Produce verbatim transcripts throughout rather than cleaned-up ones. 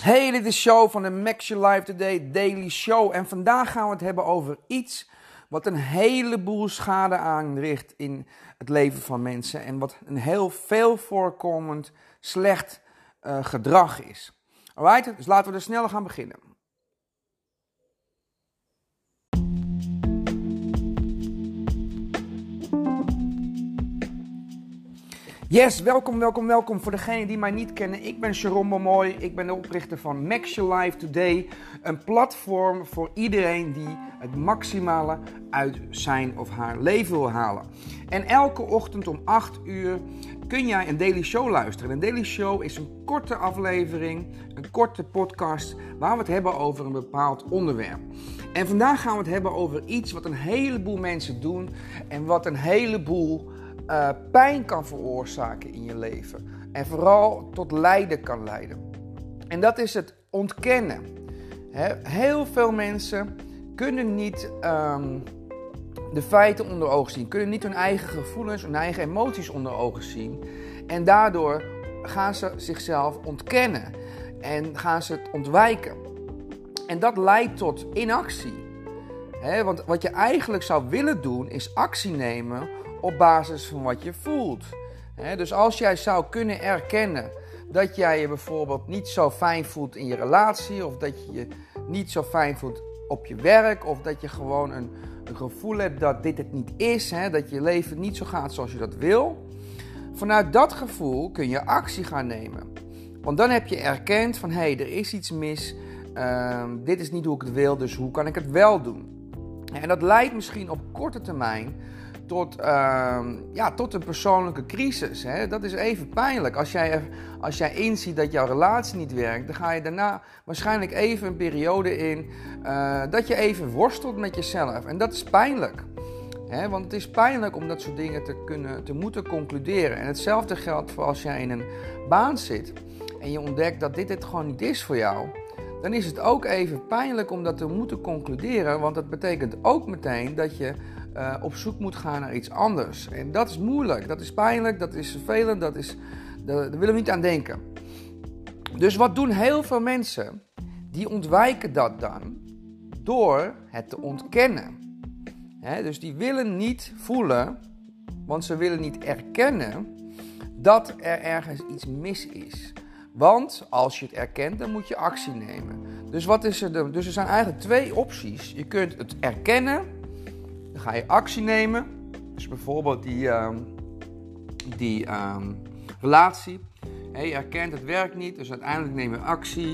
Hey, dit is Show van de Max Your Life Today Daily Show. En vandaag gaan we het hebben over iets wat een heleboel schade aanricht in het leven van mensen. En wat een heel veel voorkomend slecht uh, gedrag is. Alright, dus laten we er snel gaan beginnen. Yes, welkom, welkom, welkom. Voor degenen die mij niet kennen, ik ben Sharon Momoy. Ik ben de oprichter van Max Your Life Today. Een platform voor iedereen die het maximale uit zijn of haar leven wil halen. En elke ochtend om acht uur kun jij een daily show luisteren. Een daily show is een korte aflevering, een korte podcast waar we het hebben over een bepaald onderwerp. En vandaag gaan we het hebben over iets wat een heleboel mensen doen en wat een heleboel Uh, pijn kan veroorzaken in je leven. En vooral tot lijden kan leiden. En dat is het ontkennen. He, heel veel mensen kunnen niet um, de feiten onder ogen zien. Kunnen niet hun eigen gevoelens, hun eigen emoties onder ogen zien. En daardoor gaan ze zichzelf ontkennen. En gaan ze het ontwijken. En dat leidt tot inactie. He, want wat je eigenlijk zou willen doen is actie nemen op basis van wat je voelt. He, dus als jij zou kunnen erkennen dat jij je bijvoorbeeld niet zo fijn voelt in je relatie, of dat je je niet zo fijn voelt op je werk, of dat je gewoon een, een gevoel hebt dat dit het niet is, he, dat je leven niet zo gaat zoals je dat wil. Vanuit dat gevoel kun je actie gaan nemen. Want dan heb je erkend van, hé, hey, er is iets mis, uh, dit is niet hoe ik het wil, dus hoe kan ik het wel doen? En dat leidt misschien op korte termijn Tot, uh, ja, tot een persoonlijke crisis. Hè? Dat is even pijnlijk. Als jij, als jij inziet dat jouw relatie niet werkt, dan ga je daarna waarschijnlijk even een periode in uh, dat je even worstelt met jezelf. En dat is pijnlijk. Hè? Want het is pijnlijk om dat soort dingen te, kunnen, te moeten concluderen. En hetzelfde geldt voor als jij in een baan zit en je ontdekt dat dit het gewoon niet is voor jou. Dan is het ook even pijnlijk om dat te moeten concluderen. Want dat betekent ook meteen dat je Uh, op zoek moet gaan naar iets anders. En dat is moeilijk, dat is pijnlijk, dat is vervelend, dat is, daar, daar willen we niet aan denken. Dus wat doen heel veel mensen? Die ontwijken dat dan door het te ontkennen. He, dus die willen niet voelen, want ze willen niet erkennen dat er ergens iets mis is. Want als je het erkent, dan moet je actie nemen. Dus wat is er dan? Dus er zijn eigenlijk twee opties. Je kunt het erkennen. Dan ga je actie nemen. Dus bijvoorbeeld die, uh, die uh, relatie. Hey, je erkent het werkt niet, dus uiteindelijk neem je actie.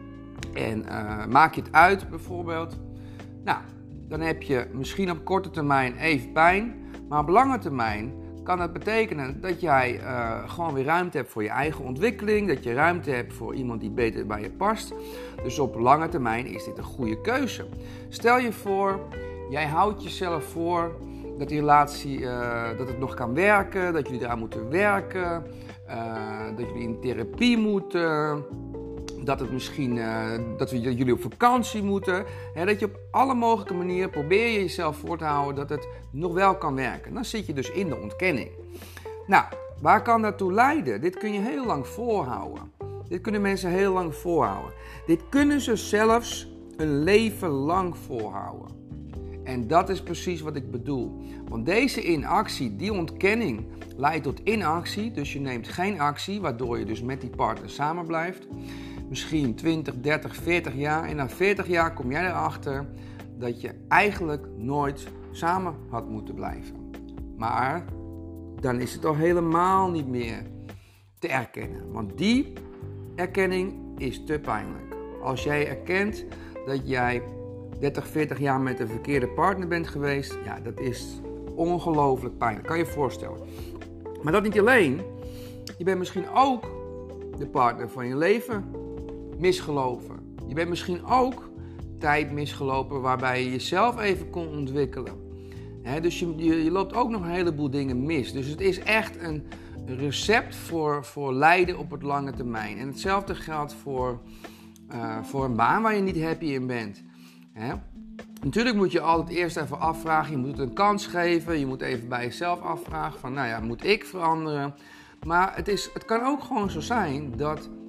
En uh, maak je het uit bijvoorbeeld. Nou, dan heb je misschien op korte termijn even pijn. Maar op lange termijn kan het betekenen dat jij uh, gewoon weer ruimte hebt voor je eigen ontwikkeling. Dat je ruimte hebt voor iemand die beter bij je past. Dus op lange termijn is dit een goede keuze. Stel je voor, jij houdt jezelf voor dat die relatie, uh, dat het nog kan werken, dat jullie eraan moeten werken, uh, dat jullie in therapie moeten, dat het misschien, uh, dat we, jullie op vakantie moeten. Hè, dat je op alle mogelijke manieren probeer je jezelf voor te houden dat het nog wel kan werken. Dan zit je dus in de ontkenning. Nou, waar kan dat toe leiden? Dit kun je heel lang volhouden. Dit kunnen mensen heel lang volhouden. Dit kunnen ze zelfs een leven lang volhouden. En dat is precies wat ik bedoel. Want deze inactie, die ontkenning, leidt tot inactie. Dus je neemt geen actie, waardoor je dus met die partner samen blijft. Misschien twintig, dertig, veertig jaar. En na veertig jaar kom jij erachter dat je eigenlijk nooit samen had moeten blijven. Maar dan is het al helemaal niet meer te erkennen. Want die erkenning is te pijnlijk. Als jij erkent dat jij dertig, veertig jaar met een verkeerde partner bent geweest, ja, dat is ongelooflijk pijnlijk. Kan je je voorstellen. Maar dat niet alleen. Je bent misschien ook de partner van je leven misgelopen. Je bent misschien ook tijd misgelopen waarbij je jezelf even kon ontwikkelen. He, dus je, je, je loopt ook nog een heleboel dingen mis. Dus het is echt een recept voor, voor lijden op het lange termijn. En hetzelfde geldt voor, uh, voor een baan waar je niet happy in bent. He? Natuurlijk moet je altijd eerst even afvragen, je moet het een kans geven, je moet even bij jezelf afvragen van, nou ja, moet ik veranderen? Maar het, is, het kan ook gewoon zo zijn dat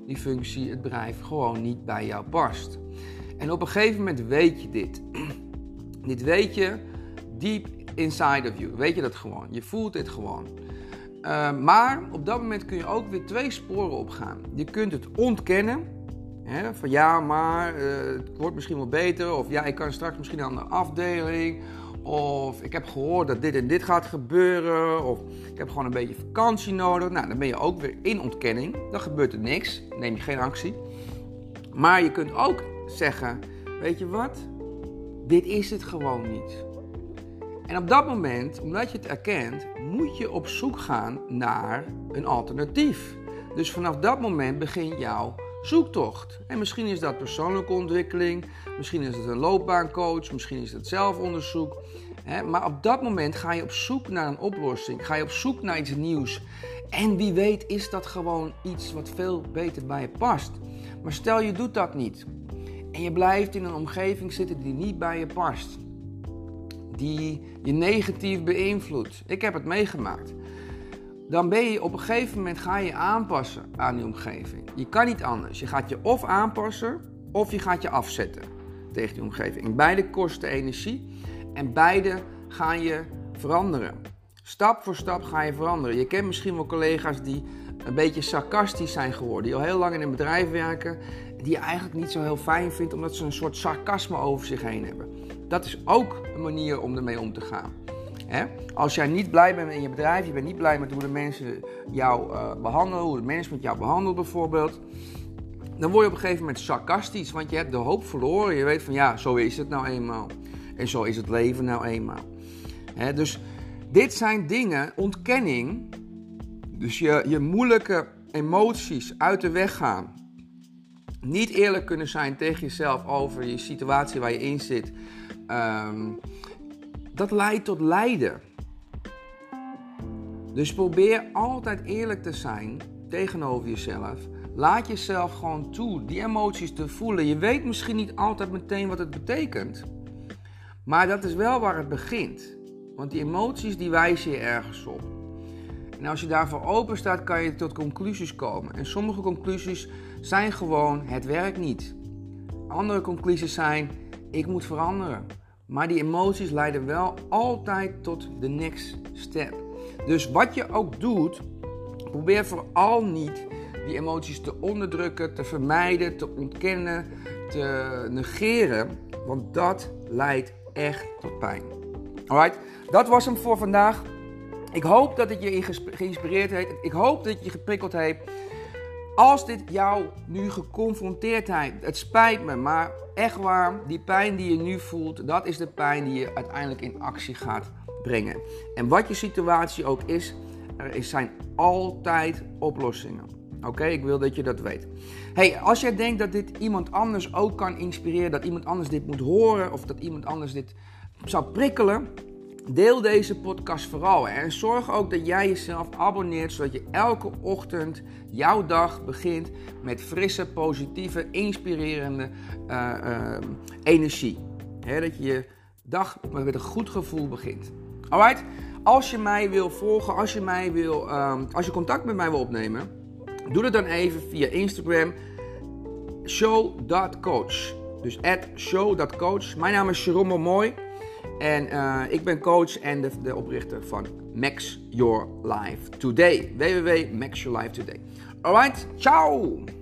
die functie, het bedrijf gewoon niet bij jou past. En op een gegeven moment weet je dit. Dit weet je deep inside of you. Weet je dat gewoon. Je voelt dit gewoon. Uh, maar op dat moment kun je ook weer twee sporen opgaan. Je kunt het ontkennen. Hè, van ja, maar uh, het wordt misschien wel beter. Of ja, ik kan straks misschien aan de afdeling. Of ik heb gehoord dat dit en dit gaat gebeuren. Of ik heb gewoon een beetje vakantie nodig. Nou, dan ben je ook weer in ontkenning. Dan gebeurt er niks. Dan neem je geen actie. Maar je kunt ook zeggen, weet je wat? Dit is het gewoon niet. En op dat moment, omdat je het erkent, moet je op zoek gaan naar een alternatief. Dus vanaf dat moment begint jouw zoektocht. En misschien is dat persoonlijke ontwikkeling, misschien is het een loopbaancoach, misschien is het zelfonderzoek. Maar op dat moment ga je op zoek naar een oplossing, ga je op zoek naar iets nieuws. En wie weet is dat gewoon iets wat veel beter bij je past. Maar stel je doet dat niet. En je blijft in een omgeving zitten die niet bij je past. Die je negatief beïnvloedt. Ik heb het meegemaakt. Dan ben je op een gegeven moment ga je aanpassen aan die omgeving. Je kan niet anders. Je gaat je of aanpassen of je gaat je afzetten tegen die omgeving. Beide kosten energie en beide ga je veranderen. Stap voor stap ga je veranderen. Je kent misschien wel collega's die een beetje sarcastisch zijn geworden. Die al heel lang in een bedrijf werken. Die je eigenlijk niet zo heel fijn vindt omdat ze een soort sarcasme over zich heen hebben. Dat is ook een manier om ermee om te gaan. He? Als jij niet blij bent in je bedrijf, je bent niet blij met hoe de mensen jou uh, behandelen, hoe het management jou behandelt bijvoorbeeld, dan word je op een gegeven moment sarcastisch, want je hebt de hoop verloren. Je weet van ja, zo is het nou eenmaal. En zo is het leven nou eenmaal. He? Dus dit zijn dingen, ontkenning, dus je, je moeilijke emoties uit de weg gaan. Niet eerlijk kunnen zijn tegen jezelf over je situatie waar je in zit. Um, dat leidt tot lijden. Dus probeer altijd eerlijk te zijn tegenover jezelf. Laat jezelf gewoon toe die emoties te voelen. Je weet misschien niet altijd meteen wat het betekent. Maar dat is wel waar het begint. Want die emoties die wijzen je ergens op. En als je daarvoor open staat, kan je tot conclusies komen. En sommige conclusies zijn gewoon, het werkt niet. Andere conclusies zijn, ik moet veranderen. Maar die emoties leiden wel altijd tot de next step. Dus wat je ook doet, probeer vooral niet die emoties te onderdrukken, te vermijden, te ontkennen, te negeren. Want dat leidt echt tot pijn. Alright, dat was hem voor vandaag. Ik hoop dat het je geïnspireerd heeft. Ik hoop dat het je geprikkeld heeft. Als dit jou nu geconfronteerd heeft, het spijt me, maar echt waar, die pijn die je nu voelt, dat is de pijn die je uiteindelijk in actie gaat brengen. En wat je situatie ook is, er zijn altijd oplossingen. Oké, okay? Ik wil dat je dat weet. Hey, als jij denkt dat dit iemand anders ook kan inspireren, dat iemand anders dit moet horen of dat iemand anders dit zou prikkelen, deel deze podcast vooral. Hè? En zorg ook dat jij jezelf abonneert, zodat je elke ochtend jouw dag begint met frisse, positieve, inspirerende uh, uh, energie. Hè? Dat je je dag met een goed gevoel begint. Alright? Als je mij wil volgen, als je, mij wil, uh, als je contact met mij wil opnemen, doe dat dan even via Instagram, show dot coach. Dus at show dot coach. Mijn naam is Jerome Mooi. En uh, ik ben coach en de, de oprichter van Max Your Life Today. w w w punt max your life today. Alright, ciao!